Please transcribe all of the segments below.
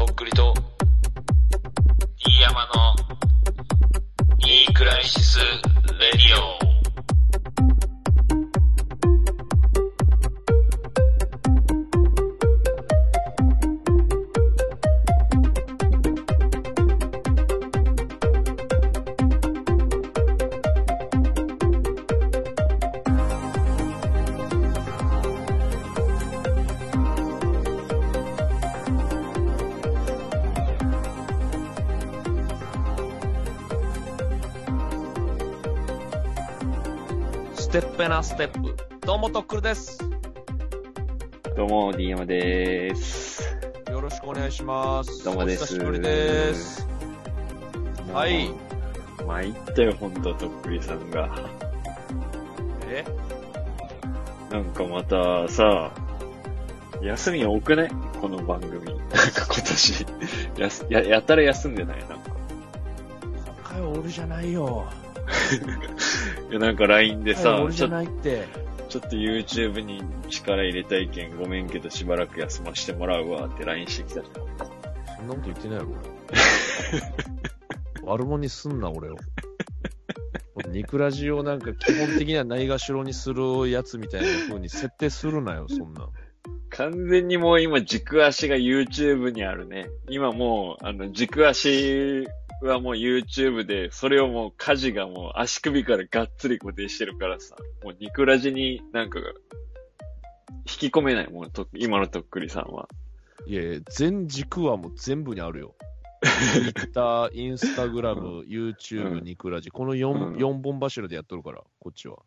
とっくりと、飯山の、いいクライシス・レディオ。ステッペナステップ。どうもとっくるです。 どうも、D 山でーす。 よろしくお願いします。 どうもです。 お久しぶりです。はい。 参ったよ、ほんと、とっくりさんが。なんかまたさ、休み多くない？この番組。なんか今年、やたら休んでない？なんか。 今回は俺じゃないよ。 いやなんか LINE でさ、 俺じゃないって。 ちょっと YouTube に力入れたいけんごめんけどしばらく休ませてもらうわって LINE してきたじゃん。 そんなこと言ってないやろ、俺。悪者にすんな、俺を。ニクラジをなんか基本的にはないがしろにするやつみたいな風に設定するなよ、そんな。 完全にもう今軸足が YouTube にあるね。今もう、軸足はもう YouTube で、それをもう舵がもう足首からがっつり固定してるからさ、もうニクラジになんか引き込めないもん、今のとっくりさんは。 いやいや、全軸はもう全部にあるよ。Twitter、Instagram、YouTube、ニクラジ。この4本柱でやっとるから、こっちは。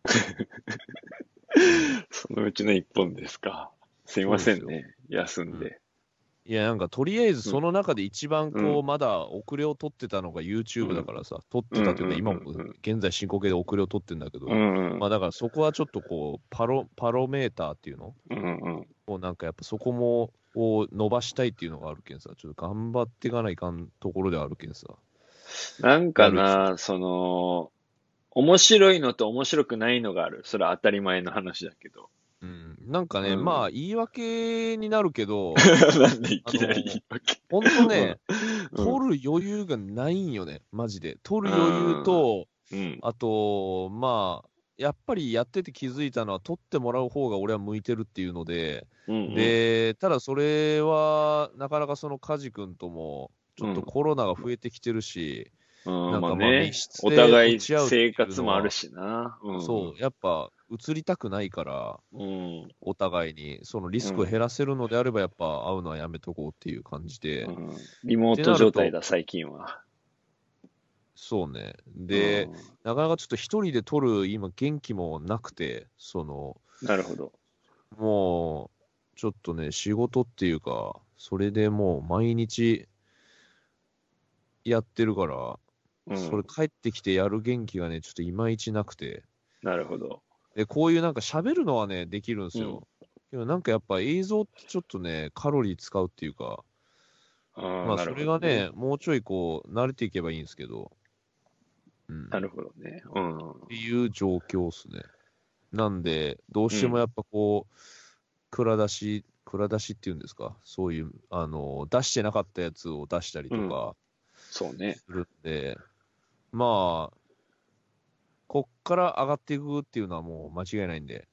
そのうちの1本ですか。すいませんね。休んで。 いや、なんかとりあえずその中で一番こう、まだ遅れを取ってたのが YouTube だからさ、取ってたというか、今も現在進行形で遅れを取ってるんだけど、まあだからそこはちょっとこう、パロメーターっていうのこうなんかやっぱそこも、を伸ばしたいっていうのがあるけんさ、ちょっと頑張っていかないかんところであるけんさ。 なんかな、面白いのと面白くないのがある。それは当たり前の話だけど。 なんかね、まあ言い訳になるけど、 なんでいきなり言い訳。 ほんとね、取る余裕がないんよね、マジで。取る余裕と、あと、まあ、やっぱりやってて気づいたのは、取ってもらう方が俺は向いてるっていうので、で、ただそれは、なかなかそのカジ君とも、ちょっとコロナが増えてきてるし、なんかまあ密室でお互い打ち合う生活もあるしな。 そう、やっぱ移りたくないから、お互いに、そのリスクを減らせるのであれば、やっぱ会うのはやめとこうっていう感じで。 リモート状態だ、最近は。 そうね。で、なかなかちょっと一人で撮る今元気もなくて、 なるほど。 もう、ちょっとね、仕事っていうか、それでもう毎日やってるから、それ帰ってきてやる元気がね、ちょっといまいちなくて。 なるほど。 で、こういうなんか喋るのはね、できるんですよ。でもなんかやっぱ映像ってちょっとね、カロリー使うっていうか、まあそれがね、もうちょいこう、慣れていけばいいんですけど。 なるほどね。 っていう状況っすね。なんで、どうしてもやっぱこう、蔵出しっていうんですか、そういう、出してなかったやつを出したりとか、 そうね。 するんで、まあ、こっから上がっていくっていうのはもう間違いないんで、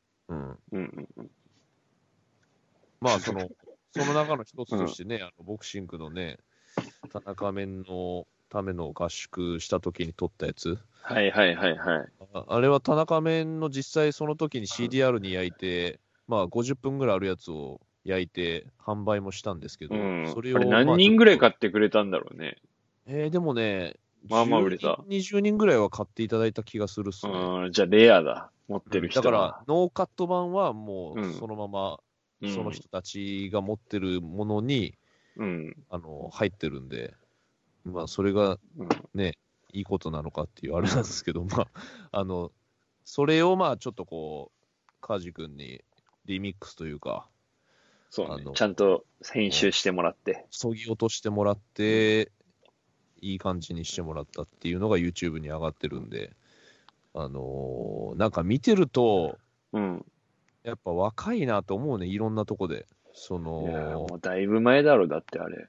まあ、その中の一つとしてね、ボクシングのね、田中面のための合宿した時に撮ったやつ。 はいはいはいはい。 あれは田中面の実際その時に CDR に焼いて、まあ50分ぐらいあるやつを焼いて販売もしたんですけど、それを。 あれ何人ぐらい買ってくれたんだろうね。 でもね、 まあまあ売れた。 20人ぐらいは買っていただいた気がするっすね。 じゃあレアだ。持ってる人は。 だから、ノーカット版はもうそのまま、その人たちが持ってるものに、入ってるんで、まあそれがね、いいことなのかっていうあれなんですけど、まあ、それをまあちょっとこう、カジ君にリミックスというか、 そうね、ちゃんと編集してもらって。 そぎ落としてもらって、いい感じにしてもらったっていうのが YouTube に上がってるんで、なんか見てると、やっぱ若いなと思うね、いろんなとこで。 いやもうだいぶ前だろ、だってあれ。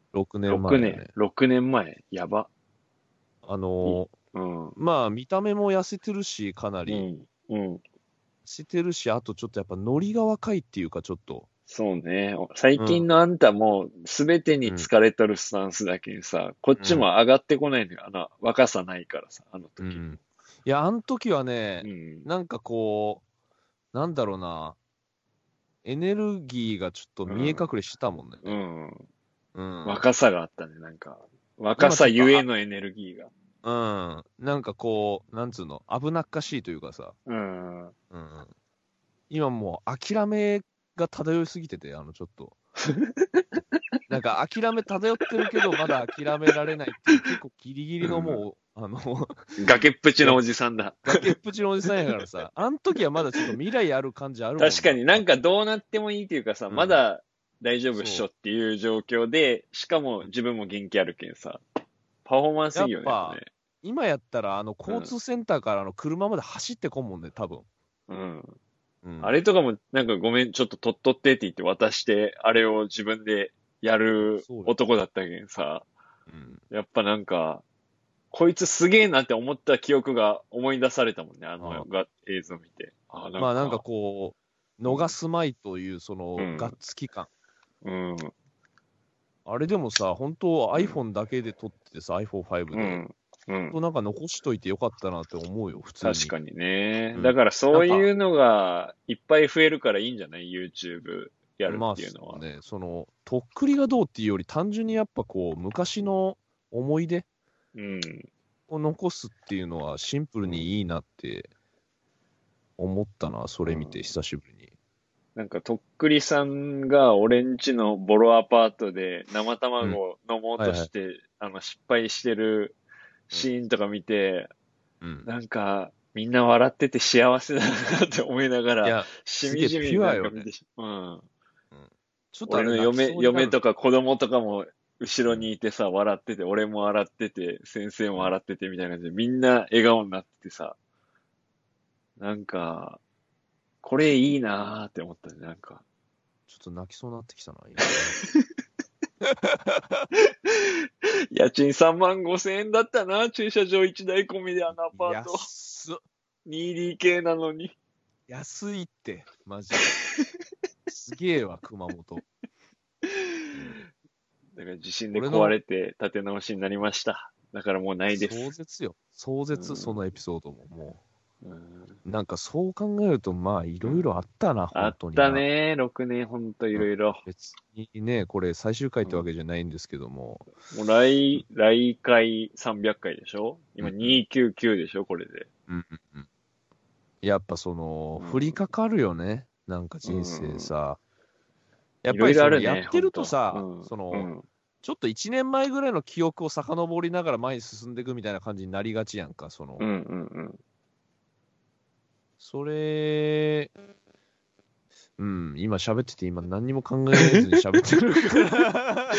6年前 6 だね。 年、6年前。やば。 あのうん。 まあ、見た目も痩せてるし、かなり。 うん。うん。 してるし、あとちょっとやっぱノリが若いっていうか、ちょっと。 そうね。最うん。 近のあんたもすべてにうん。 疲れとるスタンスだけにさ、こっちもうん。 上がってこないのよ。若さないからさ、あの時。 うん。いや、あの時はね、 うん。 なんかこう、なんだろうな、エネルギーがちょっとうん。 見え隠れしてたもんね。 うん。 うん。 若さがあったね、なんか。若さ今ちょっと、 ゆえのエネルギーが。 うん。なんかこう、なんつうの、危なっかしいというかさ。 うん。 うん。今もう諦めが漂いすぎてて、ちょっと。なんか諦め漂ってるけど、まだ諦められないっていう、結構ギリギリのもう、 崖っぷちのがおじさんだ。 崖っぷちのおじさんやからさ、あん時はまだちょっと未来ある感じあるもんな。 確かになんかどうなってもいいというかさ、 うん。 まだ大丈夫っしょそっていう状況で、しかもう。 自分も元気あるけんさ、パフォーマンスやいいよね、やっぱっぱ、 ね。 今やったら、交うん。 通センターから車まで走ってこんもんね、多分。 うん。 うん。 あれとかも、なんかごめん、ちょっと取ってって言って渡して、あれを自分でやるそうよ。 男だったけんさ、 うん。 やっぱなんか、こいつすげえなって思った記憶が思い出されたもんね、 あ映像見て。あ、なんまあなんかか、 こう、 うん、 逃すまいという、がっうん、 つき感。 うん、 あれでもさ、本当うん、 iPhone だけで撮っててさ、iPhone5 で。 うん、うん。 なんか残しといてよかったなって思うよ、普通に。 確かにね。 うん。 だからなんか、 そういうのがいっぱい増えるからいいんじゃない？ YouTube やるまあっていうのは。 ね、とっくりがどうっていうより、単純にやっぱこう、昔の思い出うん。 を残すっていうのはシンプルうん。 にいいなって思ったな、それ見て、 うん。 久しぶりに。 なんか、とっくりさんが俺んちのボロアパートで生うん。 卵を飲もうはいはい。 として、失敗してるうん。 シーンとか見て、 うん。 なんか、みんな笑ってて幸せだなって思いながら、 いや、 しみすげえピじみなんュアよね。 か見てし、うん。 うん。ちょっとあ俺のれ泣きそうになる。 嫁とか子供とかも後ろうん。 にいてさ、笑ってて、俺も笑ってて、先生も笑っててみたいな感じで、みんな笑顔になっててさ、なんか、これいいなーって思ったね、なんか。 ちょっと泣きそうになってきたな、今。 家賃3万5千円だったな、駐車場1台込みであのアパート。 安っ。 2DK なのに。 安いって、マジで。すげえわ、熊本。うん。 だから地震で壊俺のれて建て直しになりました。だからもうないで壮す。 絶よ。壮う絶、そん、 のエピソードも、もうん、 う。なんかそう考えると、まあ、いうん。 ろいろあったな、 あっ本当にな。 たね、6年ほんというん。 ろいろ。 別にね、これ最終回ってわうん。 けじゃないんですけども。 もううん。 来回300回でしょ？今うん。 299でしょこれで。 うん。うん。やっぱ降りうん。 かかるよね。なんかう人生ん。 さ。やっいろいぱりろあるね、 やってるとほんと。うさ、 ん。うん。 ちょっと1年前ぐらいの記憶を遡りながら前に進んでいくみたいな感じになりがちやんか、 うん。うん。 それ、うん、今喋ってて今何にも考えずに喋ってるから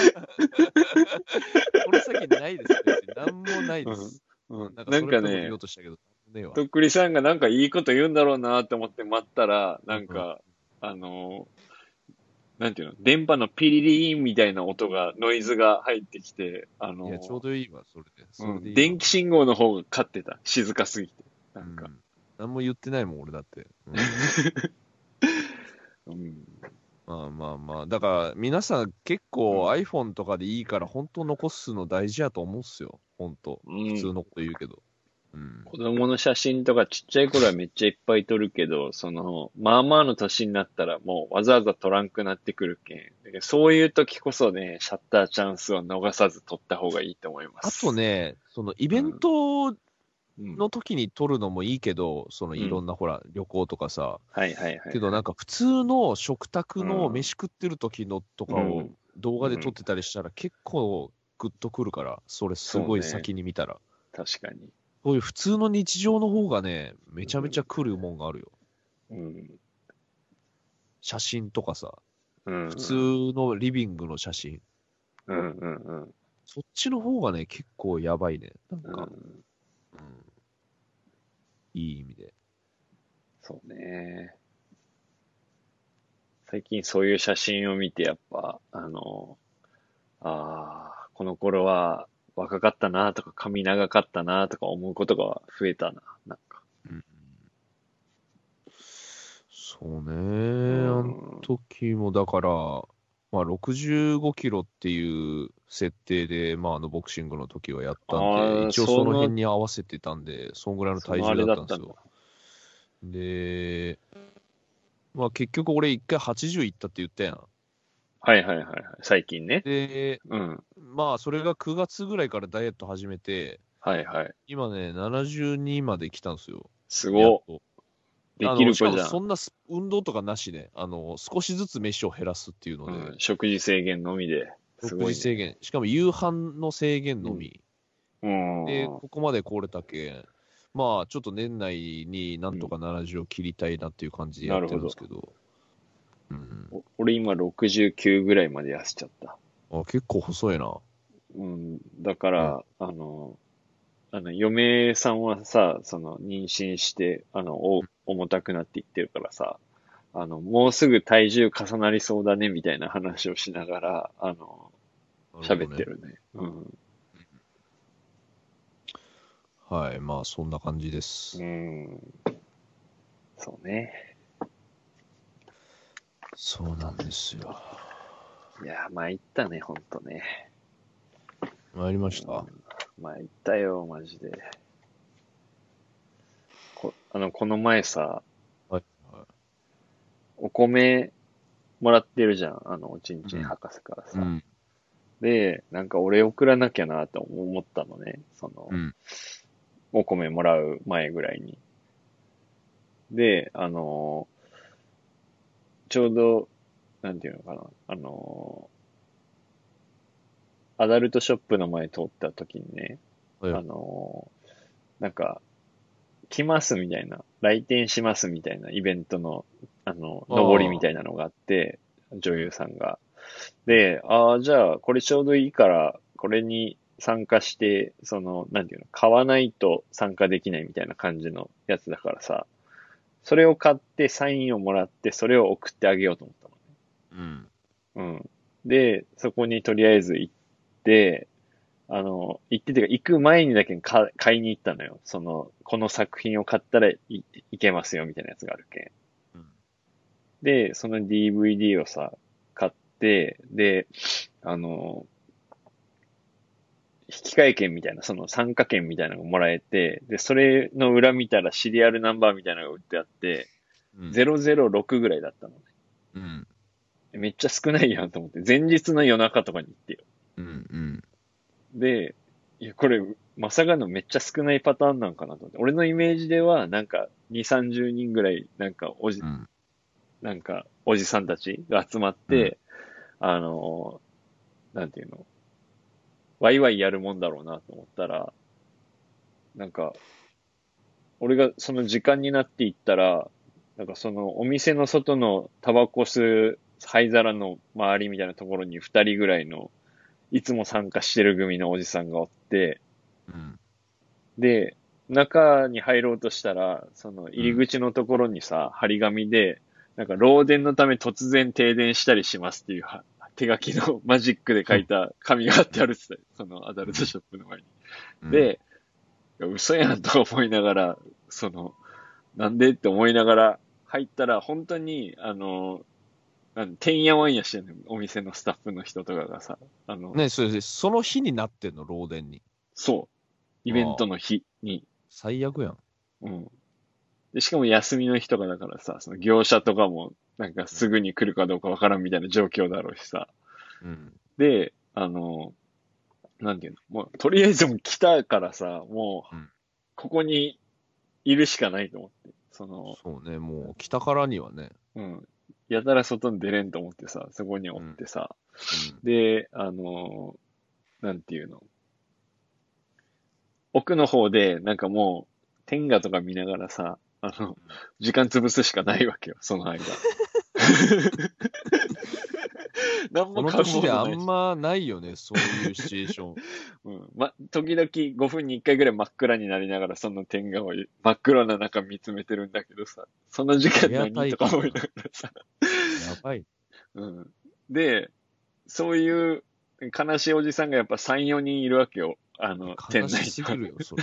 この先ないです、別に。何もないうん。 です。 うん。 なんかなんそれっぽいこと言おかね、 うとしたけど、ねえわ。 とっくりさんがなんかいいこと言うんだろうなって思って待ったら、 うんうん。 あのなんていうの、電波のピリリーンみたいな音が、ノイズが入ってきて、 いや、ちょうどいいわ、それで。それでいいわ、 電気マジで。 信号の方が勝ってた。静かすぎて。なんか。 うん。何も言ってないもん、俺だって。うん。 うん。 まあまあまあ。だから、皆さん結構うん。 iPhone とかでいいから、本当残すの大事やと思うっすよ。本当。 うん。 普通のこと言うけど。うん。 子供の写真とかちっちゃい頃はめっちゃいっぱい撮るけど、まあまあの年になったらもうわざわざ撮らんくなってくるけん。だけどそういう時こそね、シャッターチャンスを逃さず撮った方がいいと思いまあとす。 ね、イベンうん。 トうん。 の時に撮るのもいいけど、 うん。 いろんなほら、旅行とかさ、 はいはいはいはい。 けどなんか普通の食卓のうん。 飯食ってる時のとかをうん。 動画で撮っうん。 てたりしたら結構グッとくるから、それすごいそうね。 先に見たら。 確かに。 そういう普通の日常の方がね、めちゃめちゃうん。 来るもんがあるよ。 うん。 写真とかさ、 うん。 普通うん。 のリビングの写真。 うん。うん。 そっちの方がね、結構やばいね。なんうか、 ん。 うん、いい意味で。 そうね。最近そういう写真を見てやっぱ、あこの頃は若かったなとか髪長かったなとか思うことが増えたな。なんか。 うん。そううね。あのん。 時も、だから、まあ、65キロっていう設定で、まあ、ボクシングの時はやったんで、 ああ、 一応その辺に合わせてたんで、そんぐらいのそのあ体重だれだったんだ。 ったんですよ。で、まあ、結局俺一回80いったって言ったやん。 はいはいはいはい。最近ね。 で、 うん。 まあ、それが9月ぐらいからダイエット始めて、 はいはい。 今ね、72まで来たんですよ。 すご。 やっと。 できるしか子じゃん。 もそんな運動とかなしで、少しずつ飯を減らすっていうのうん。 で、 食事制限のみで。す食ごいね。 事制限、しかも夕飯の制限うん。 のみ。 うで、 ん。 ここまで来れたけん、まあ、ちょっと年内になんとうん。 か70を切りたいなっていう感じでやってなるほど。 るんですけど、うん。 俺今69ぐらいまで痩せちゃった。 あ、結構細いな。 うん。だかうん。 ら、嫁さんはさ、妊娠して、重たくなっていってるからさ、もうすぐ体重重なりそうだね、みたいな話をしながら、喋ってなるほどね。 るね。うん。 はい、まあ、そんな感じでうす。 ん。そうね。 そうなんですよ。 いや、参ったね、ほんとね。 参りました。 うん。参ったよ、マジで。この前さ、 はい。はお米もらってるじゃん。おちんい。うん。 ちん博士からさ。 うん。 で、なんか俺送らなきゃなと思ったのね。 うん。 お米もらう前ぐらいに。で、ちょうど、なんていうのかな。アダルトショップの前通った時にね、 はい。 なんか、来ますみたいな、来店しますみたいなイベントの、上りみああ。 たいなのがあって、女うん。 優さんが。 うん。 で、ああ、じゃあ、これちょうどいいから、これに参加して、なんていうの、買わないと参加できないみたいな感じのやつだからさ、それを買ってサインをもらって、それを送ってあげようと思ったうん。 の。うん。で、そこにとりあえず行って、行っててか、行く前にだけ買いに行ったのよ。この作品を買ったらいけますよ、みたいなやつがあるけん。 うん。 で、その DVD をさ、買って、で、あの、引換券みたいな、その参加券みたいなのがもらえて、で、それの裏見たらシリアルナンバーみたいなのが売ってあって、 うん。 006ぐらいだったのね。 うん。 めっちゃ少ないやんと思って、前日の夜中とかに行ってよ。 うん。 で、いや、これ、まさかのめっちゃ少ないパターンなんかなと思って。俺のイメージでは、なんか、2、30人ぐらい、 うん。 なんか、おじさんたちが集まっうん。 て、あのなんていうの、ワイワイやるもんだろうなと思ったら、なんか、俺がその時間になっていったら、なんかそのお店の外のタバコ吸う灰皿の周りみたいなところに二人ぐらいの、いつも参加してる組のおじさんがおって、 うん。 で、中に入ろうとしたら、そのうん。 入り口のところにさ、張り紙で、なんか漏電のため突然停電したりしますっていう手書きのマジックで書いた紙が貼ってあるって言ってたよ、そのアダルトショップの前に。 うん。 で、いや嘘やんとか思いながら、なんでって思いながら入ったら、本当に、てんやわんやしてんのよ、お店のスタッフの人とかがさ、 ね、その日になってんの、漏電に。 そう、イベンああ、 トの日に、 最悪やん。 うん。で、しかも休みの日とかだからさ、その業者とかも、なんかすぐに来るかどうかわからんみたいな状況だろうしさ。 うん。 で、なんていうの、もう、とりあえずもう来たからさ、もう、 うん。 ここにいるしかないと思って。 そうね、もう来たからにはね。 うん。やたら外に出れんと思ってさ、そこにおうん。 ってさ。 うん。 で、なんていうの。奥の方で、なんかもう、天下とか見ながらさ、時間潰すしかないわけよ、その間。何このも買う年であものないし。 んまないよね、そういうシチュエーション。 うん。時々5分に1回ぐらい真っ暗になりながら、その天下を真っ暗な中見つめてるんだけどさ、その時間レア何体験やん。 とか思いながらさ。 やばい。 うん。で、そういう悲しいおじさんがやっぱ3、4人いるわけよ。店悲内には。 しすぎるよ、それ。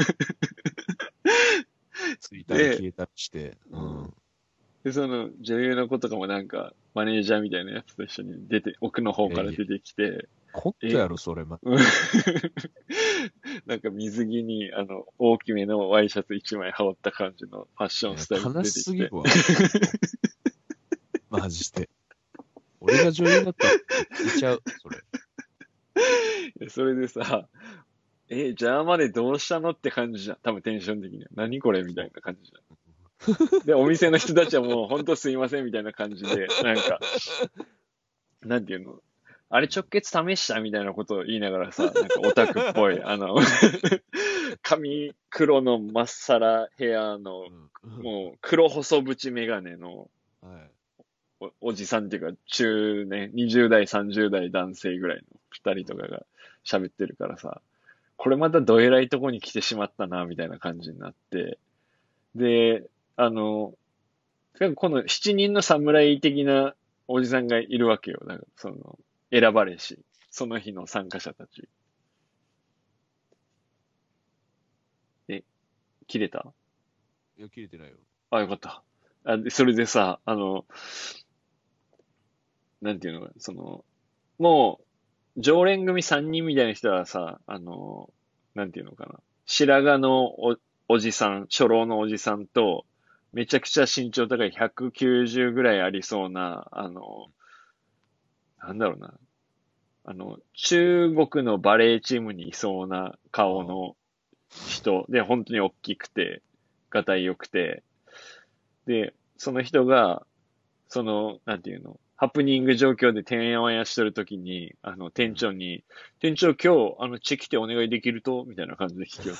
ついたりで、 消えたりして。うん。 で、その女優の子とかもなんか、マネージャーみたいなやつと一緒に奥の方いやいや、 から出てきて、 コントえ、 やろ、それ。 うん。なんか水着に、大きめのワイシャツ1枚羽織った感じのファッションいや、 スタイルで悲し出てきて。 すぎるわ。マジで。俺が女優だったら消えちゃう、それ。 それでさ、じゃあまでどうしたのって感じじゃん。多分テンション的には。何これみたいな感じじゃん。で、お店の人たちはもうほんとすいませんみたいな感じで、なんか、なんていうの、あれ直結試したみたいなことを言いながらさ、なんかオタクっぽい、髪黒のまっさらヘアの、 うん。 もう黒細縁メガネのはい。 おじさんっていうか中年、20代、30代男性ぐらいの二人とかが喋ってるからさ、これまたどえらいとこに来てしまったな、みたいな感じになって、で、あの、この七人の侍的なおじさんがいるわけよ。だから選ばれし、その日の参加者たち。え、切れた？ いや、切れてないよ。 あ、よかった。でそれでさ、なんていうのか、もう、常連組3人みたいな人はさ、なんていうのかな。白髪のおじさん、初老のおじさんと、めちゃくちゃ身長高い190ぐらいありそうな、なんだろうな。中国のバレーチームにいそうな顔あの人で、本当に大きくて、がたい良くて、で、その人が、なんていうの、ハプニング状況でてんやわんやしてるときに、店長に、店長今日、チェキてお願いできるとみたいな感じで聞き寄って。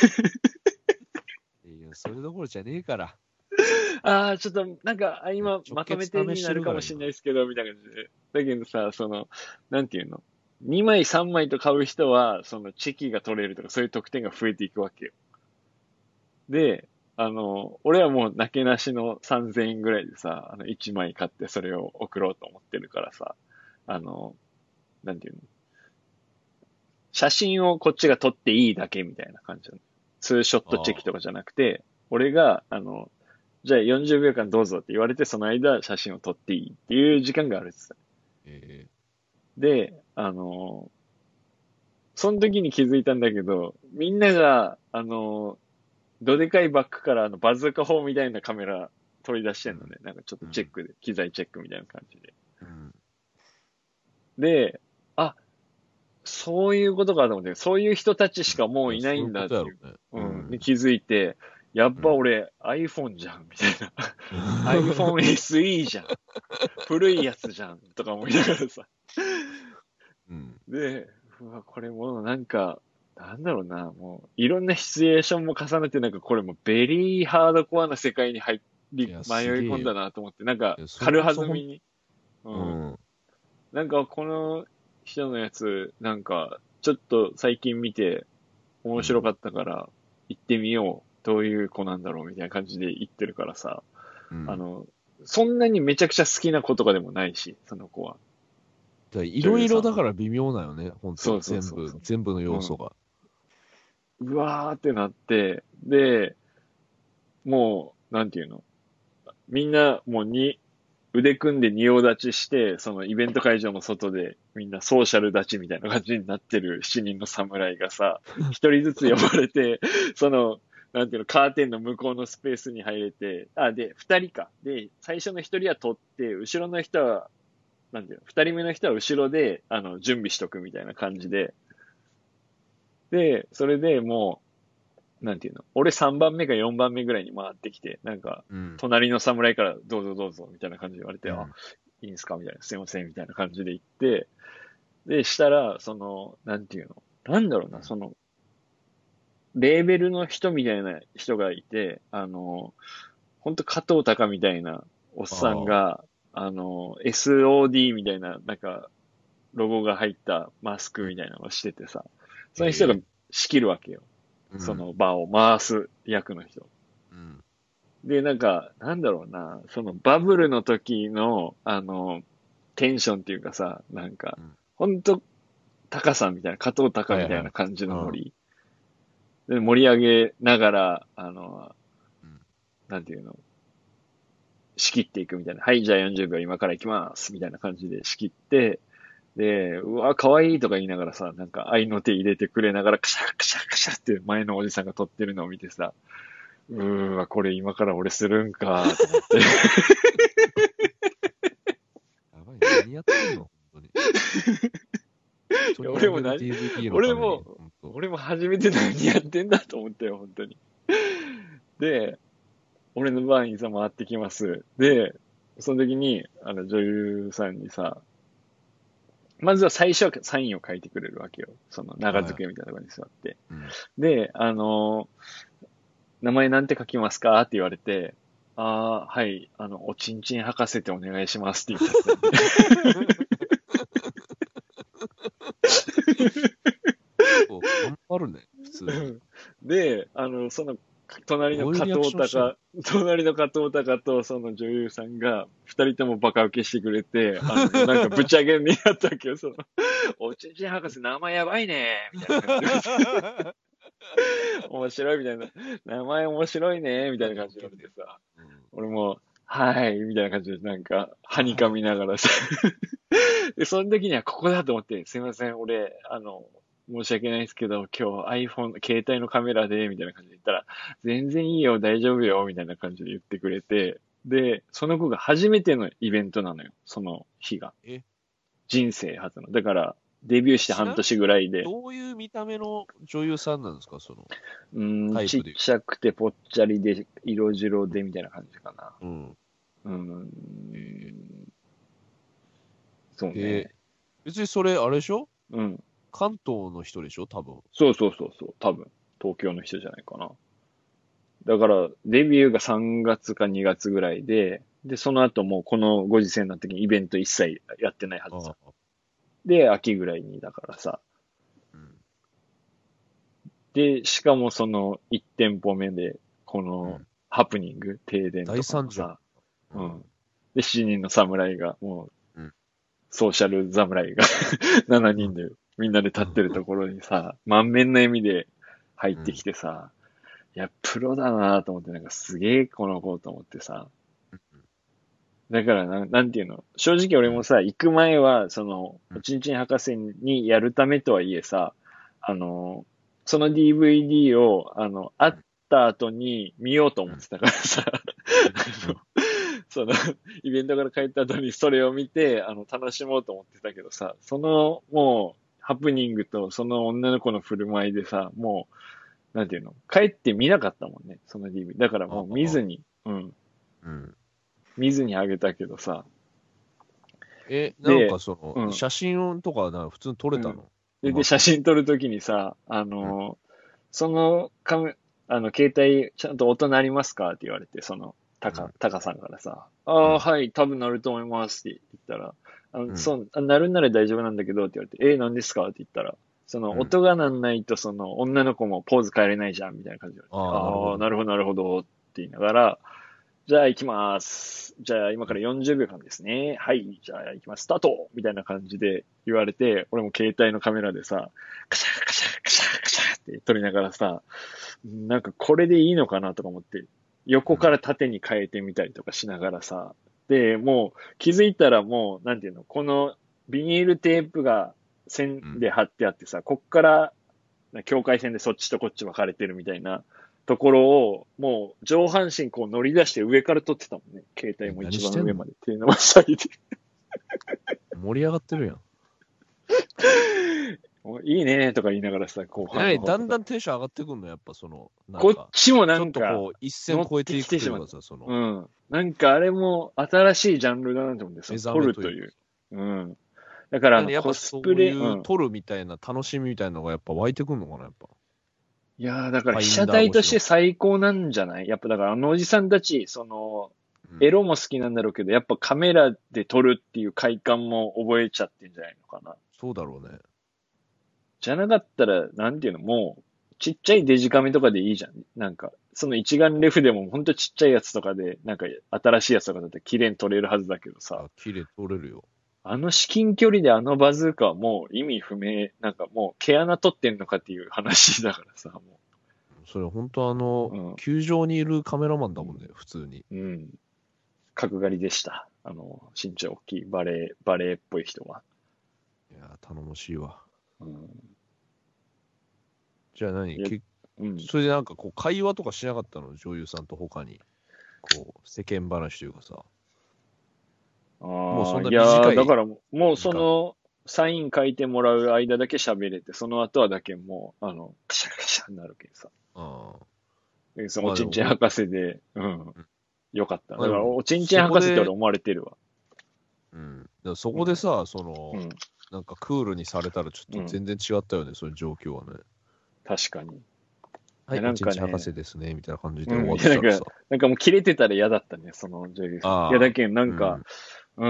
あ。いや、それどころじゃねえから。 ああ、ちょっと、なんか、今、 直まとめ結試しててになるかもるから今。 しれないですけど、みたいな感じで。だけどさ、なんていうの ?2 枚3枚と買う人は、チェキが取れるとか、そういう特典が増えていくわけよ。で、俺はもう、なけなしの3000円ぐらいでさ、1枚買ってそれを送ろうと思ってるからさ、あの、なんていうの写真をこっちが撮っていいだけみたいな感じの。ツーショットチェキああ。 とかじゃなくて、俺が、じゃあ40秒間どうぞって言われて、その間写真を撮っていいっていう時間があるって言ってえた。で、その時に気づいたんだけど、みんなが、どでかいバッグからバズーカ砲みたいなカメラ取り出してんのね。なんかちょっとうん。 チェックで、機材チェックみたいな感じで。 うん。 で、あ、そういうことかと思って、そういう人たちしうん。いや、 かもういないそういうんだっていう、 ことやろうね。ううん、にん。 気づいて、やっうん。 ぱ俺 iPhone じゃん、みたいな。iPhone SE じゃん。古いやつじゃん、とか思いながらさ。 うん。 で、うわ、これもうなんか、なんだろうな、もう、いろんなシチュエーションも重ねて、なんかこれもベリーハードコアな世界にいや、 迷い込んだすげえよ。 なと思って、なんか、 いや、それ軽こそほん、 はずみに、ううん。 ん。 なんかこの人のやつ、なんか、ちょっと最近見て面うん。 白かったから行ってみよう。どういう子なんだろうみたいな感じで言ってるからさ、 うん。 あの、そんなにめちゃくちゃ好きな子とかでもないし、その子は。 いろいろだ女優さんは。 から微妙なよね。ほんと。 そうそう全部、 そうそ全部のう。うん。 要素が。 うわーってなって、で、もう、なんていうのみんなもう腕組んで仁王立ちして、そのイベント会場の外でみんなソーシャル立ちみたいな感じになってる7人の侍がさ、一人ずつ呼ばれて、なんていうの、カーテンの向こうのスペースに入れて、で、二人か。で、最初の一人は取って、後ろの人は、なんていうの、二人目の人は後ろで、準備しとくみたいな感じで、で、それでもう、なんていうの、俺3番目か4番目ぐらいに回ってきて、なんか、 うん。 隣の侍からどうぞどうぞみたいな感じで言われて、あ、 うん。 いいんすかみたいな、すいませんみたいな感じで言って、で、したら、なんていうの、なんだろうな、 うん。 レーベルの人みたいな人がいて、ほんと加藤隆みたいなおっさんああ。 が、SOD みたいな、なんか、ロゴが入ったマスクうん。 みたいなのをしててさ、その人がええ。 仕切るわけよ。そうん。 の場を回す役の人。 うん。 で、なんか、なんだろうバブルの時の、テンションっていうかさ、なんか、 うん。 ほんと、高さみたいな、加藤高みたいな感じのノリ。で、盛り上げながら、なんていうの、仕切っていくみたいな。はい、じゃあ40秒今から行きます。みたいな感じで仕切って、で、うわ、可愛いとか言いながらさ、なんか愛の手入れてくれながら、クシャクシャクシャって前のおじさんが撮ってるのを見てさ、これ今から俺するんか、と思って。 やばい、何やってんの本当に。 俺も初めて何やってんだと思ったよ、本当に。で、俺の番いざ回ってきます。で、その時に、女優さんにさ、まずは最初はサインを書いてくれるわけよ。その長机みたいなところに座って。で、名前なんて書きますかって言われて、はい、おちんちん博士ってお願いしますって言っちゃった。 頑張るね、普通。 で、隣の加藤隆とその女優さんが、二人ともバカ受けしてくれて、なんかぶち上げになったわけよ、おちんちん博士名前やばいねみたいな感じで。面白いみたいな。名前面白いねみたいな感じになってさ、俺も、はい、みたいな感じでなんか、はにかみながらさ。で、その時にはここだと思って、すいません、俺、申し訳ないですけど、今日 iPhone、携帯のカメラで、みたいな感じで言ったら、全然いいよ、大丈夫よ、みたいな感じで言ってくれて、で、その子が初めてのイベントなのよ、その日が。人生初の。だから、デビューして半年ぐらいで。 どういう見た目の女優さんなんですか、 ちっちゃくてぽっちゃりで、色白で、みたいな感じかな。そうね。 別にそれ、あれでしょ？ うん。 関東の人でしょ多分。 そう。多分。東京の人じゃないかな。だから、デビューが3月か2月ぐらいで、その後もうこのご時世になった時にイベント一切やってないはずさ。で、秋ぐらいにだからさ。で、しかもその1店舗目で、このハプニング、停電とかさ。で、7人の侍が、もう、ソーシャル侍が7人でみんなで立ってるところにさ、満面の笑みで入ってきてさ、いや、プロだなと思って、なんかすげえこの子と思ってさ。だからなんていうの、正直俺もさ、行く前は、おちんちん博士にやるためとはいえさ、その DVD を、会った後に見ようと思ってたからさ、イベントから帰った後にそれを見て、楽しもうと思ってたけどさ、もう、ハプニングとその女の子の振る舞いでさ、もう、なんていうの、帰って見なかったもんね、その DVD。だからもう見ずに、見ずにあげたけどさ。 なんか写真とか普通に撮れたの？ で、写真撮るときにさ、その携帯、ちゃんと音鳴りますかって言われて、タカさんからさ、はい、多分鳴ると思いますって言ったら、鳴るんなら大丈夫なんだけどって言われて、何ですかって言ったら、音が鳴んないと、女の子もポーズ変えれないじゃん、みたいな感じで。なるほど、なるほど、って言いながら、じゃあ行きます。じゃあ今から40秒間ですね。はい。じゃあ行きます。スタートみたいな感じで言われて、俺も携帯のカメラでさ、カシャカシャカシャカシャって撮りながらさ、なんかこれでいいのかなとか思って、横から縦に変えてみたりとかしながらさ、で、もう気づいたらもう、なんていうの、このビニールテープが線で貼ってあってさ、こっから境界線でそっちとこっち分かれてるみたいなところを、もう上半身こう乗り出して上から撮ってたもんね。携帯も一番上まで手伸ばしたりで。 盛り上がってるやん。 いいねとか言いながらさ、後半。 だんだんテンション上がってくんの、やっぱこっちもなんか、 ちょっとこう一線超えていくというかさ、 なんかあれも新しいジャンルだなと思ってさ、撮るという。だからコスプレ、 撮るみたいな楽しみみたいなのがやっぱ湧いてくんのかな、やっぱ。 いやー、だから被写体として最高なんじゃない？やっぱだからおじさんたち、エロも好きなんだろうけど、やっぱカメラで撮るっていう快感も覚えちゃってんじゃないのかな。 そうだろうね。 じゃなかったら、なんていうの、もう、ちっちゃいデジカメとかでいいじゃん。なんか、その一眼レフでもほんとちっちゃいやつとかで、なんか新しいやつとかだって綺麗に撮れるはずだけどさ。 綺麗に撮れるよ。 あの至近距離であのバズーカはもう意味不明、なんかもう毛穴取ってんのかっていう話だからさ、もそれ本当う。 球場にいるカメラマンだもんね、普通に。 うん。角刈りでした。身長大きいバレーっぽい人は。 いや、頼もしいわ。 うん。 じゃあ何いや、うん。 それでなんかこう会話とかしなかったの女優さんと他に。こう、世間話というかさ。もうああ、 そんないやー、 短いだからもう時間。 サイン書いてもらう間だけ喋れて、その後はだけもう、カシャカシャになるけどさ。 ああ。 でそのおまあでもちんちん博士で、うん。 うんよかった。だまあでも、 から、おちんちんそこで、 博士って俺思われてるわ。 うん。だからそうん。 こでさ、 うん。 なんかクールにされたらちょっとうん。 全然違ったよね、そういう状況はね。 確かに。いや、 はい、 なんおちんちん博かね、 士ですね、みたいな感じで終うん。いや、 わってたらさ。 なんかもう切れてたら嫌だったね、その女優さん。いや、 ああ、 だけどなんか、 うん。 うん。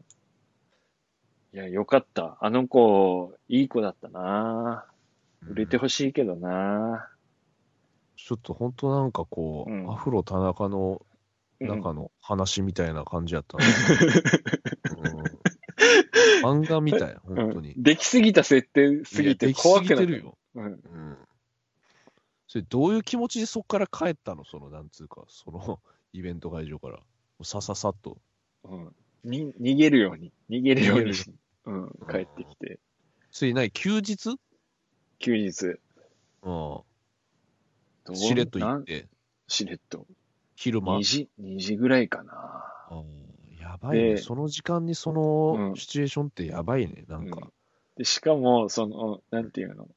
いや、よかった。あの子、いい子だったな。売れてうん、 ほしいけどな。 ちょっと本当なんかこう、アうん。 フロ田中のうん。 中の話みたいな感じやったな。うん。漫画みたい、 うん。 本当に。 できすぎた設定すいや、 ぎてできす怖くなった。 ぎてるよ。 うん。 うん。それどういう気持ちでそっから帰ったのなんつうか、イベント会場から。もうさささっとうん。逃げるように、逃げる逃げるよ。 ようにし、うん、 うん。 帰ってきて。 それない休日休日、 うん。 どう、 しれっと行って、 しれっと。 昼間。 2時ぐらいかな。 うん。やばいね。 で、 その時間にそのうん、 シチュエーションってやばいね。なうん。 んか。 で、しかも、なんていうの、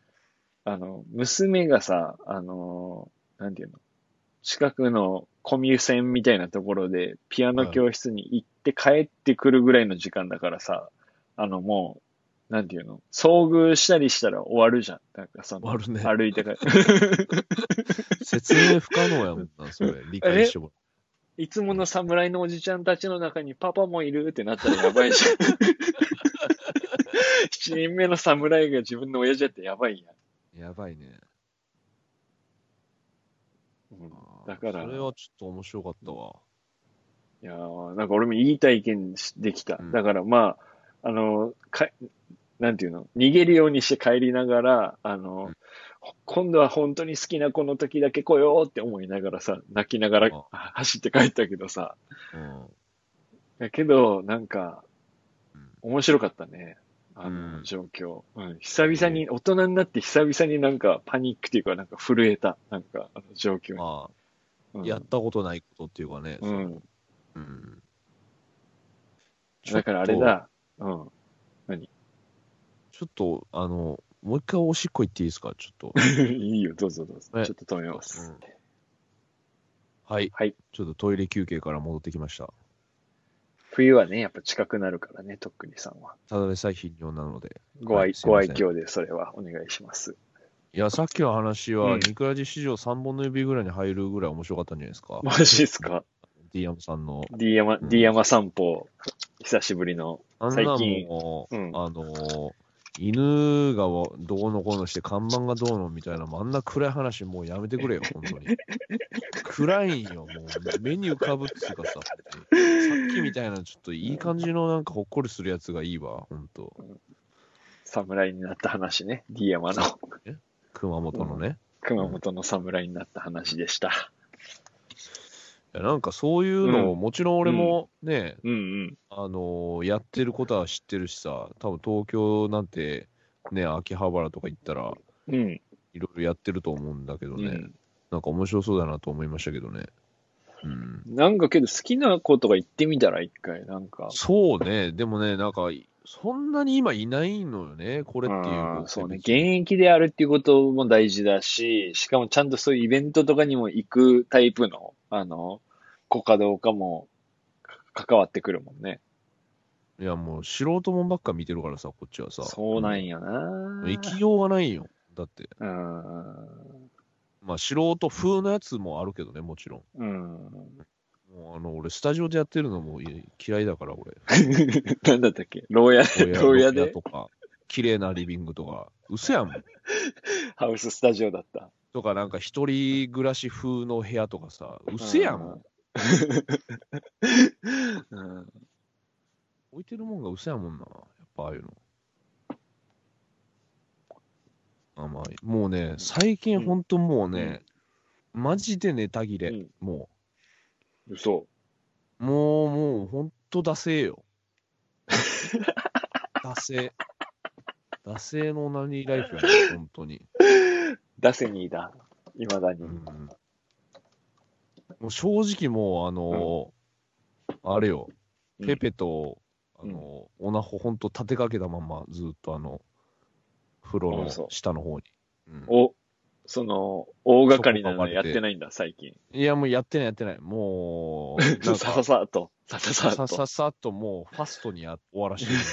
娘がさ、なんていうの、近くのコミュ線みたいなところで、ピアノはい。 教室に行って帰ってくるぐらいの時間だからさ、もう、なんていうの、遭遇したりしたら終わるじゃん。なんか悪ね。 歩いて帰る。 説明不可能やもんな、それ。理あれ解してもいつもらう。 の侍のおじちゃんたちの中にパパもいるってなったらやばいじゃん。7人目の侍が自分の親父やってやばいややばいね。 ん。うん。だああ、それから、 はちょっと面白かったわ。 いやーなんか俺もいい体験できた。 うん。 だからまあ、なんていうの、逃げるようにして帰りながら、 うん。 今度は本当に好きな子の時だけ来ようって思いながらさ、泣きながらあ走って帰ったけどさ、 うん。 だけど、なんか、 うん。 面白かったね。 うん。 状況。うん。久々 ええに、大人になって久々になんかパニックっていうかなんか震えた。なんか、あの状況に。 まあ、やっうん。 たことないことっていうかね、 うん。 うん。ちょっだからあれと、 だ。うん。何ちょっと、もう一回おしっこ行っていいですかちょっと。 いいよ、どうぞどうぞ。ちょっと止めちょっと、うます。 ん。はい。 はい。 ちょっとトイレ休憩から戻ってきました。 冬はね、やっぱ近くなるからね、とっくりさんは。 ただでさえ頻尿なので。はい、すいごません。 愛嬌でそれはお願いします。 いや、さっきの話は、 うん。 ニクラジ史上3本の指ぐらいに入るぐらい面白かったんじゃないですか。 マジっすか？ D 山さんの。う D ん。 山散歩、久しぶりの、 あんな最近、 もう、 うん。 犬がどうのこうのして看板がどうのみたいな、あんな暗い話もうやめてくれよ、本当に。暗いんよ、もう目に浮かぶっつうかさ、本当に。さっきみたいなちょっといい感じのなんかほっこりするやつがいいわ、本当。 侍になった話ね。D 山の。 え熊うん。 本のね。うん。い熊本の侍になった話でした。 や、なんかそういうのを、 うん。 もちろん俺うん。 もね、 うん。 やってることは知ってるしさ、多分東京なんて、ね、秋葉原とか行ったら、 うん。 いろいろやってると思うんだけどね。 うん。 なんか面白そうだなと思いましたけどね。うん。 なんかけど好きな子とか行ってみたら一回、なんか。 そうね。でもね、なんか、そんなに今いないのよね。これっていう子ああ、 ってそうね。現別に。 役であるっていうことも大事だし、しかもちゃんとそういうイベントとかにも行くタイプの、子かどうかも関わってくるもんね。 いや、もう素人もんばっか見てるからさ、こっちはさ。もそうなんよう、生きな。 ようがないよ。だって。 うん。 まあ、素人風のやつもあるけどね、もちろん。 うん。 もう、俺、スタジオでやってるのも嫌いだから、俺。 なんだったっけ牢屋、牢牢屋で屋とか、綺麗なリビングとか、嘘やもん。 ハウススタジオだった。 とか、なんか一人暮らし風の部屋とかさ、 う嘘やもん。 ん。 うん。 置いてるもんが嘘やもんな。やっぱああいうの。まあ、もうね、最近ほんともうね、マジでネタ切れ。もう。嘘。 う。もうほんとダセーよ。ダセー。ダセーのオナニーライフやね、ほんとに。 出せにだ。未だに。 もう正直もうあれよ、ペペと、オナホほんと立てかけたままずっと風呂の下の方に。 その、大掛かりなのやってないんだ、最近。 いや、もうやってない。もう、 さささっと。 ささっともうファストに終わらしてる。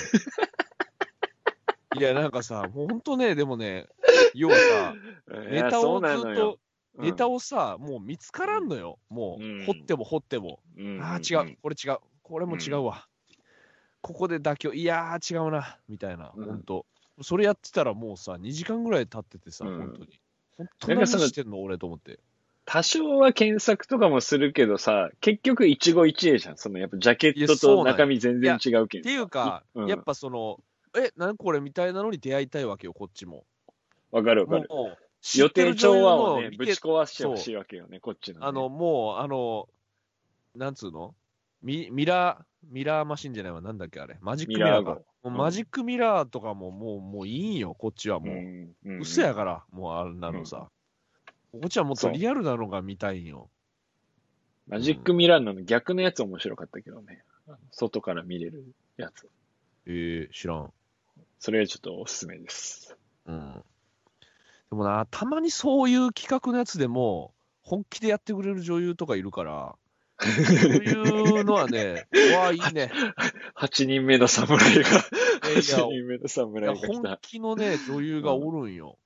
いや、なんかさ、もうほんとね、でもね、要はさ、ネタをずっと、ネタをさ、もう見つからんのよ。もう、掘っても。ああ、違う。これ違う。これも違うわ。ここで妥協。いやー、違うな。みたいな。ほんと。それやってたらもうさ、2時間ぐらい経っててさ、ほんとに。ほんと何してんの俺と思って。 多少は検索とかもするけどさ、結局一期一会じゃん。そのやっぱジャケットと中身全然違うけん。 っていうか、やっぱその、何これみたいなのに出会いたいわけよ、こっちも。 わかる。予定調和をね、ぶち壊してほしいわけよね、こっちの、ね。 もう、なんつうのミラーマシンじゃないわ、なんだっけあれ。マジックミラーか。マジックミラーとかももういいんよ、こっちはもう。嘘やから、もうあんなのさ。こっちはもっとリアルなのが見たいんよ。 マジックミラーの逆のやつ面白かったけどね。外から見れるやつ。 知らん。 それはちょっとおすすめです。 でもな、たまにそういう企画のやつでも、本気でやってくれる女優とかいるから、そういうのはね、いいね。 8人目の侍が、8人目の侍が来た。 本気のね、女優がおるんよ。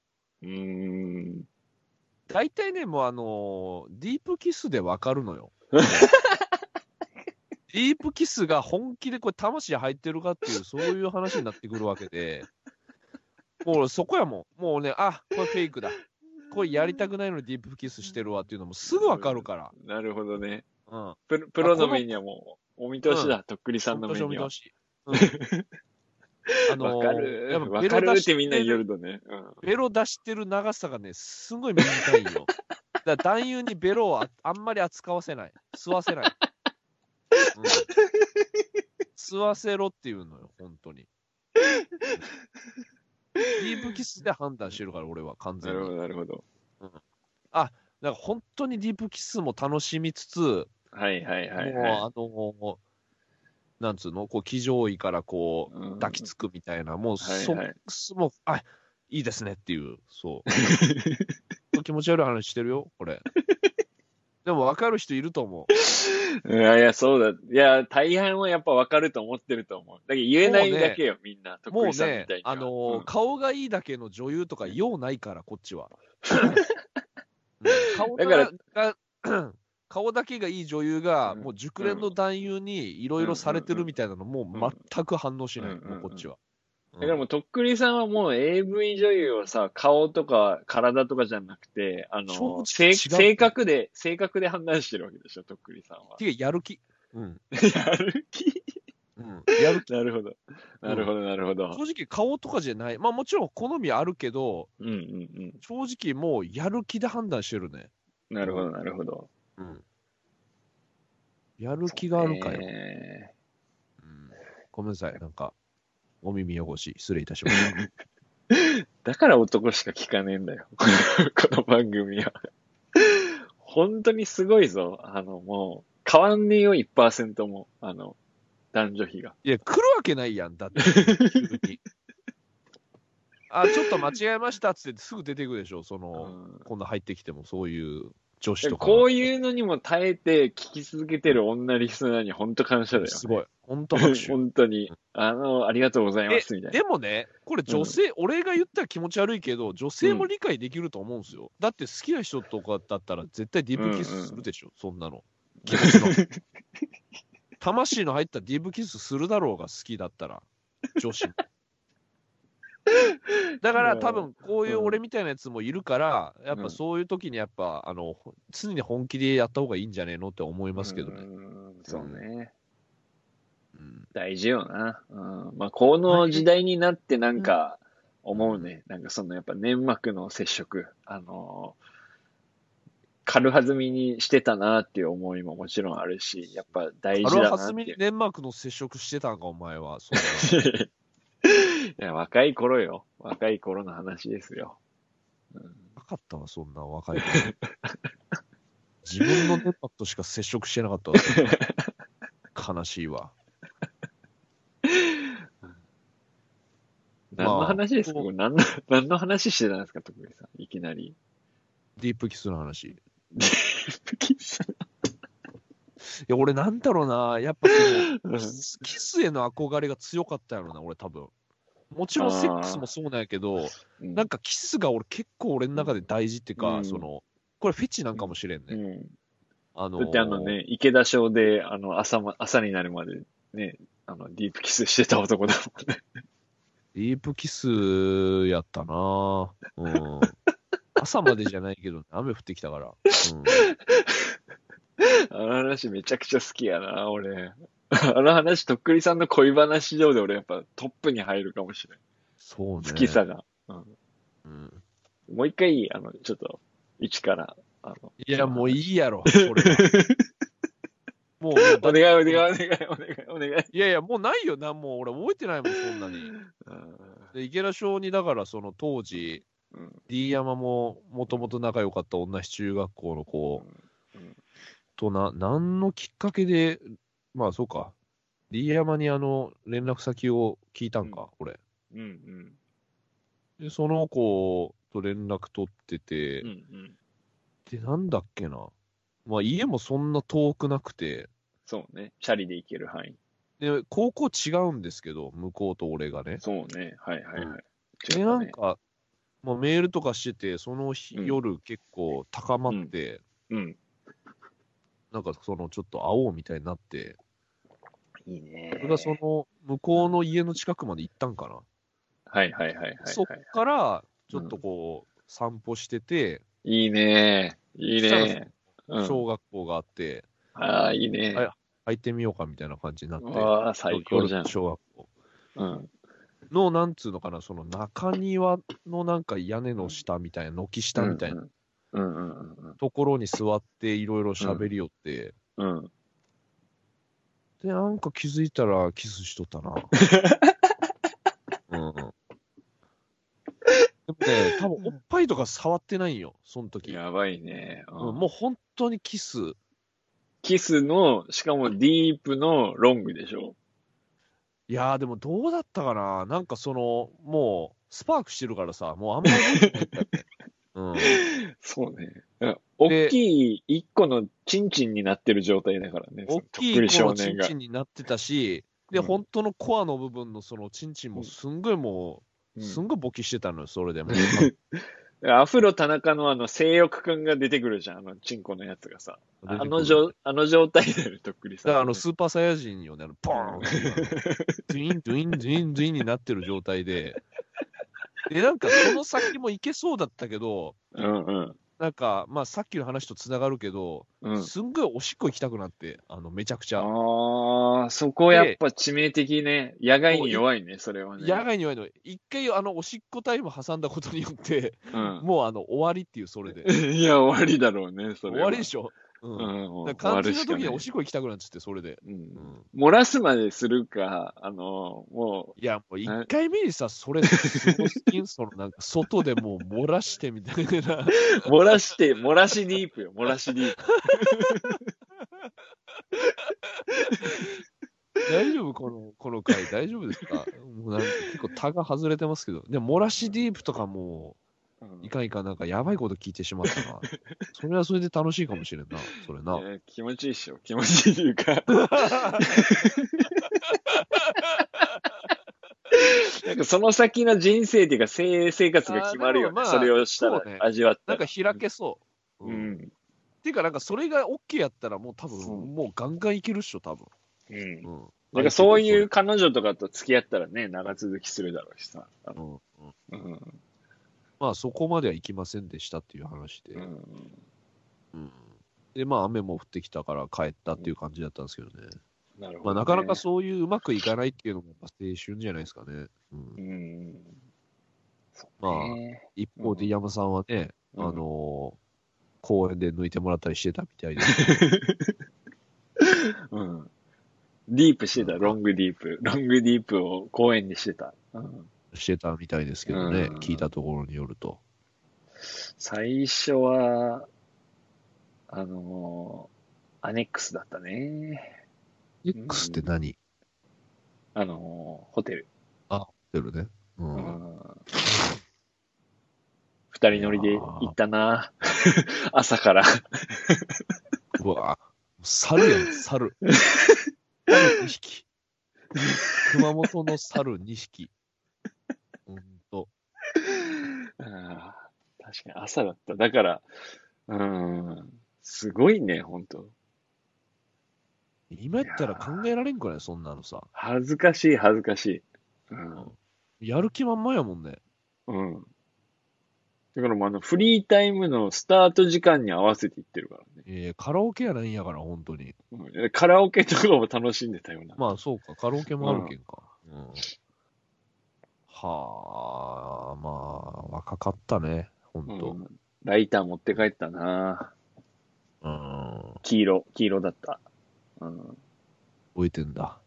大体ね、もうディープキスでわかるのよ。ディープキスが本気でこれ魂入ってるかっていう、そういう話になってくるわけで、もうそこやもん。もうね、これフェイクだ。これやりたくないのにディープキスしてるわっていうのもすぐわかるから。 なるほどね。プロの目にはもう、お見通しだ、とっくりさんの目には。わかる。わかるってみんな言うとね。 ベロ出してる長さがね、すごい短いよ。だから男優にベロをあんまり扱わせない。吸わせない。吸わせろっていうのよ、本当に。ディープキスで判断してるから、俺は完全に。 なるほど。 だから本当にディープキスも楽しみつつ、もうなんつうの、こう、騎乗位からこう、抱きつくみたいな、もう、もう、いいですねっていう、そう。気持ち悪い話してるよ、これ。でも分かる人いると思う。 いや、そうだ。いや、大半はやっぱ分かると思ってると思う。だけど言えないだけよ、みんな。 もうね、顔がいいだけの女優とか用ないから、こっちは。顔だけがいい女優が、もう熟練の男優にいろいろされてるみたいなの、もう全く反応しない、もうこっちは。 だからもう、とっくりさんはもう AV 女優をさ、顔とか体とかじゃなくて、性格で判断してるわけでしょ、とっくりさんは。 やる気。 やる気やる気。 なるほど。なるほど。 正直顔とかじゃない。まあもちろん好みあるけど、正直もうやる気で判断してるね。 なるほど。 やる気があるかよ。ごめんなさい、なんか、お耳汚し、失礼いたしました。 だから男しか聞かねえんだよ。この番組は。本当にすごいぞ。もう、変わんねえよ、1% も。男女比が。 いや、来るわけないやん、だって。急に。ちょっと間違えましたっつってすぐ出てくるでしょ、こんな入ってきても、そういう女子とか。 こういうのにも耐えて聞き続けてる女リスナーに本当感謝だよ、ね。 すごい。本当拍手。 本当に。ありがとうございます、みたいな。 でもね、これ女性、俺が言ったら気持ち悪いけど、女性も理解できると思うんですよ。だって好きな人とかだったら絶対ディープキスするでしょ、そんなの。気持ちの。魂の入ったディープキスするだろうが、好きだったら。女子。だから多分こういう俺みたいなやつもいるから、やっぱそういう時にやっぱ常に本気でやった方がいいんじゃねえのって思いますけどね。 そうね。 大事よな。うん。まあ、この時代になってなんか思うね。なんかそのやっぱ粘膜の接触、軽はずみにしてたなっていう思いももちろんあるし、やっぱ大事軽はだなっていう。 ずみに粘膜の接触してたんか、お前は。そんな。 いや、若い頃よ。若い頃の話ですよ。 なかったわ、そんな若い頃。自分の粘膜としか接触してなかったわ、そんな。悲しいわ。 何のまあ、 話ですか？これ何の話してたんですか、徳井さん。いきなり。 ディープキスの話。いディープキス。 や、俺なんだろうな。やっぱその、 うんキスへの憧れが強かったやろな、俺多分。もちろんセックスもそうなんやけど、 うん。 なんかキスが結構俺の中で大事っていうか、そうん。 の、これフェチなんうん。 かもしれんね。 うん。 あのだって池田小で、朝になるまでね、ディープキスしてた男だもんね。 ディープキスやったな。うん。朝までじゃないけど、ね、雨降ってきたから。うん。 あの話めちゃくちゃ好きやな、俺。あの話、とっくりさんの恋話上で俺やっぱトップに入るかもしれん。 そうね。 好きさが。うん。 うん。 もう一回、ちょっと、一から、 いや、もうその話。 いいやろ、それは。もう、だって、 お願い、お願い、お願い、お願い、お願い。 いやいや、もうないよな、もう俺覚えてないもん、そんなに。で、池田小に、だからその当時、 うん、 D 山ももともと仲良かった同じ中学校の子うん、 と何のきっかけで、まあそうか、D 山に連絡先を聞いたうん、 んか、俺。 うん、 で、その子と連絡取ってうん、 て、 うん。 で、なんだっけな。まあ家もそんな遠くなくて、 そうね。チャリで行ける範囲。 で、高校違うんですけど、向こうと俺がね。 そうね。はい、はい、 うん。 はい。違っで、 たね。 なんか、まあ、メールとかしてて、その日うん、 夜結構高まうん、 って、 うん。 なんかそのちょっと会おうみたいになって、 いいそれがそね。 の向こうの家の近くまで行ったんかな。 はい、はい、はい、はい、 そっはい。 からちょっとうん。 こう散歩してて、 いいね。いいそしたらそのね。うん。 小学校があって、 ああ、いいあ、 ね。 入ってみようかみたいな感じになって、 わあ、最高夜のじゃん。 小学校うん。 の、なんつうのかな、その中庭のなんか屋根うん、 の下みたいな、軒うん、 下みたいなうん。うん、うん、うん。 ところに座っていろいろうん、 喋りよって、 うん。 で、なんか気づいたらキスしとったな。うん。でもね、多分おっぱいとか触ってないんよ、その時。 やばいね。ううん、 ん。 もう本当にキス。 キスの、しかもディープのロングでしょ？ いやーでもどうだったかな。なんかその、もう、スパークしてるからさ、もうあんま覚えてないんだよね。うん。 そうね。大で、 きい一個のチンチンになってる状態だからね、そ大のとっくりきい子の少年が。 チンチンになってたし、で、 うん。 本当のコアの部分のそのチンチンもうん。 すんごいもう、 うん。 すんごい勃起してたのよ、それでもう。多分アフロ田中の性欲くんが出てくるじゃん、チンコのやつがさ。 出てくるね。 あの状態だよね、とっくりさだからんもね。 スーパーサイヤ人よね、ポうん。 ーンっていうドゥイン、ドゥイン、ドゥイン、ドゥインになってる状態で、で、なんかその先も行けそうだったけど、 うんうん。 なんか、まあさっきの話と繋がるけど、 うん。 すんごいおしっこ行きたくなって、めちゃくちゃ。 ああ、そこやっで、 ぱ致命的ね。野外にそう、 弱いね、それはね。 野外には一回おしっこタイム挟んだことによって、 うん。 もう終わりっていう、それで。 いや、終わりだろうね、そ終れは。 わりでしょ。ううん、 ん。 もう終わるだから肝心なしかね時にはおしっこ行きたくなっつって、それで。 え。うん。 うん。 漏らすまでするか、もいや、もうう、 一回目にさ、それすごすぎん、そのなんか外でもう漏らしてみたいな。 漏らしディープよ、漏らしディープ。 大丈夫この回大丈夫ですか？もうなんか結構タが外れてますけど。でも、漏らしディープとかもう、いうんかんいかんなんかやばいこと聞いてしまったな。それはそれで楽しいかもしれんな。それな。 気持ちいいっしょ。気持ちいいというかなんかその先の人生っていうか性生活が決なるほど。 まるよね。そまあ、 れをしたら、 そうね。 味わったら。 なんか開けそう。うん。 うん。 ていうか、なんかそれが OK やったらもう多うん。 分、もうガンガンいけるっしょ、多分。 うん。 うん。 なんか相手とそれ。 そういう彼女とかと付き合ったらね、長続きするだろうしさ。 うん。うん。 うん。 まあ、そこまでは行きませんでしたっていう話で。 うん。 うん。で、まあ、雨も降ってきたから帰ったっていう感じだったんですけどね。 なるほど、ね。 まあなかなかそういううまくいかないっていうのもやっぱ青春じゃないですかね。まあ、一方で山さんはね、公園で抜いてもらったりしてたみたいですけど。ディープしてた、ロングディープ。ロングディープを公園にしてた。 してたみたいですけどね、聞いたところによると。 最初は、アネックスだったね。 X って何？ ホテル。 ホテルね。 二人乗りで行ったな。朝から。 うわ猿やん、猿。猿2匹。熊本の猿2匹。ほんと。 確かに朝だった。だから、すごいね、ほんと。 今やったら考えられんくないそんなのさ。 恥ずかしい、恥ずかしい。 やる気満々やもんね。 だからもうフリータイムのスタート時間に合わせて行ってるからね。 カラオケやないんやから、本当に。 カラオケとかも楽しんでたよな。 まあそうか、カラオケもあるけんか。はあ、まあ、若かったね、本当。 ライター持って帰ったな。黄色だった。 覚えてんだ。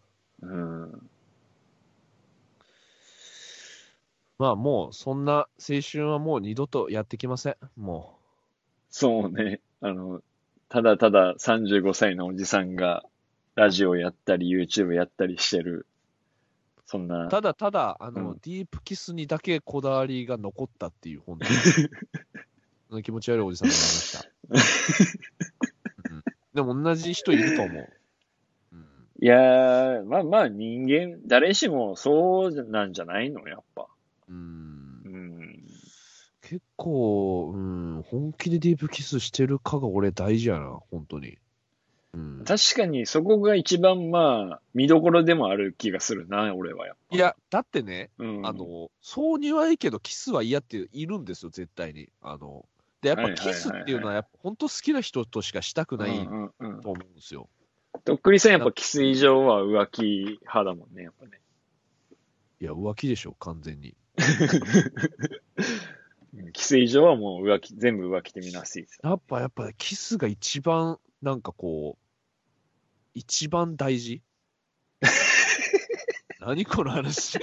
まあもう、そんな青春はもう二度とやってきません。もう。 そうね。ただただ35歳のおじさんがラジオやったり YouTube やったりしてる。そんな。 ただただ、ディープキスにだけこだわりが残ったっていう、本当に。気持ち悪いおじさんがいました。でも同じ人いると思う。 いやー、まあまあ人間、誰しもそうなんじゃないの、やっぱ。 結構、本気でディープキスしてるかが俺大事やな、本当に。 確かにそこが一番まあ、見どころでもある気がするな、俺はやっぱ。 いや、だってね、挿入はいいけど、キスは嫌っているんですよ、絶対に。で、やっぱキスっていうのは、やっぱ本当好きな人としかしたくないと思うんですよ。 とっくりさんやっぱキス以上は浮気派だもんね、やっぱね。 いや、浮気でしょ、完全に。 キス以上はもう浮気、全部浮気でみなしいです。 やっぱキスが一番、なんかこう、一番大事何この話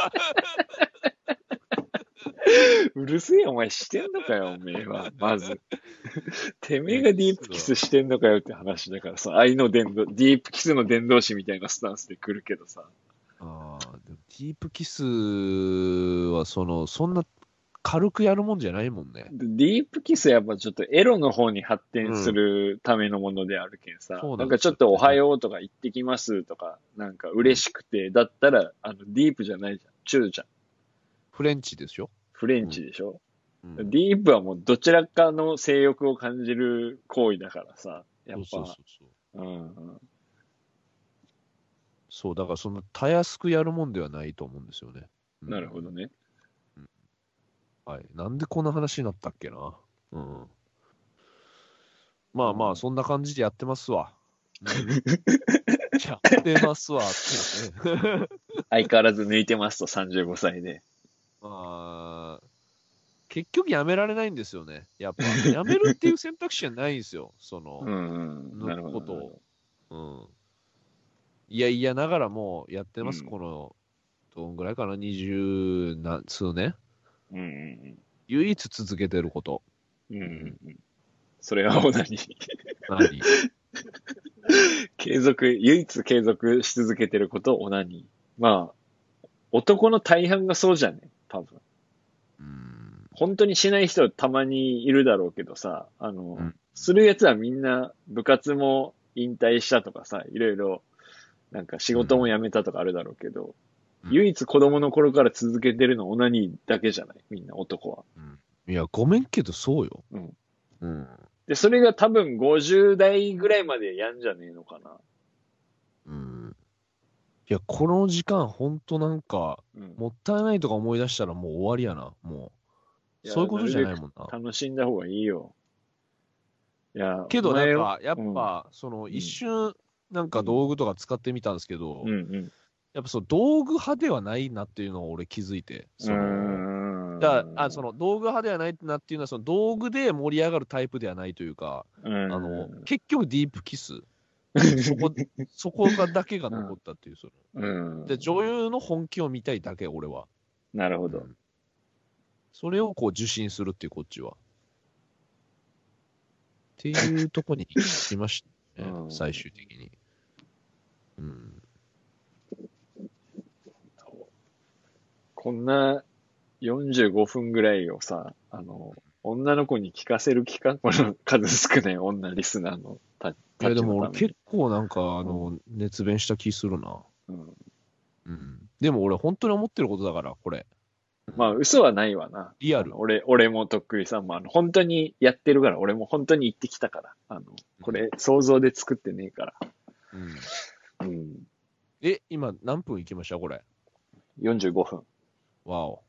うるせえよ、お前してんのかよ、おめえは。まず。てめえがディープキスしてんのかよって話だからさ、愛のディープキスの伝道師みたいなスタンスで来るけどさ。 でもディープキスは、そんな軽くやるもんじゃないもんね。 ディープキスやっぱちょっとエロの方に発展するためのものであるけんさ。なんかちょっとおはようとか行ってきますとか、なんか嬉しくて、だったら、ディープじゃないじゃん。チューじゃん。 フレンチでしょ？ フレンチでしょ、ディープはもうどちらかの性欲を感じる行為だからさ。やっぱ。 そう、だからたやすくやるもんではないと思うんですよね。 なるほどね。 はい。なんでこんな話になったっけな。まあまあ、そんな感じでやってますわ。やってますわってね。 相変わらず抜いてますと、35歳で。 結局やめられないんですよね。やっぱ、やめるっていう選択肢はないんですよ。抜くことを。いやいやながらもやってます。この、どんぐらいかな、20数年。唯一続けてること。 それはオナニー。 何唯一継続し続けてることをオナニー。まあ、男の大半がそうじゃね多分。本当にしない人はたまにいるだろうけどさ、するやつはみんな部活も引退したとかさ、いろいろ、なんか仕事も辞めたとかあるだろうけど、唯一子供の頃から続けてるのオナニーだけじゃないみんな男は。 いや、ごめんけどそうよ。 で、それが多分50代ぐらいまでやんじゃねえのかな。 いや、この時間ほんとなんか、もったいないとか思い出したらもう終わりやな、もう。そういうことじゃないもんな。 楽しんだ方がいいよ。いや、 けどなんか、やっぱ、一瞬、 なんか道具とか使ってみたんですけど、 うんうん。 やっぱ道具派ではないなっていうのを俺気づいて、その道具派ではないなっていうのは、その道具で盛り上がるタイプではないというか、結局ディープキス。そこだけが残ったっていう、で、女優の本気を見たいだけ、俺は。 なるほど。 それを受信するっていう、こっちは。っていうとこに行きましたね、最終的に。 こんな45分ぐらいをさ、女の子に聞かせるこの数少ない女リスナーのいや、でも俺結構なんか、熱弁した気するな。でも俺本当に思ってることだから、これ。 まあ、嘘はないわな。 リアル。 俺もとっくりさんも、本当にやってるから、俺も本当に行ってきたから。これ、想像で作ってねえから。 今何分行きましたこれ。 45分。 わお。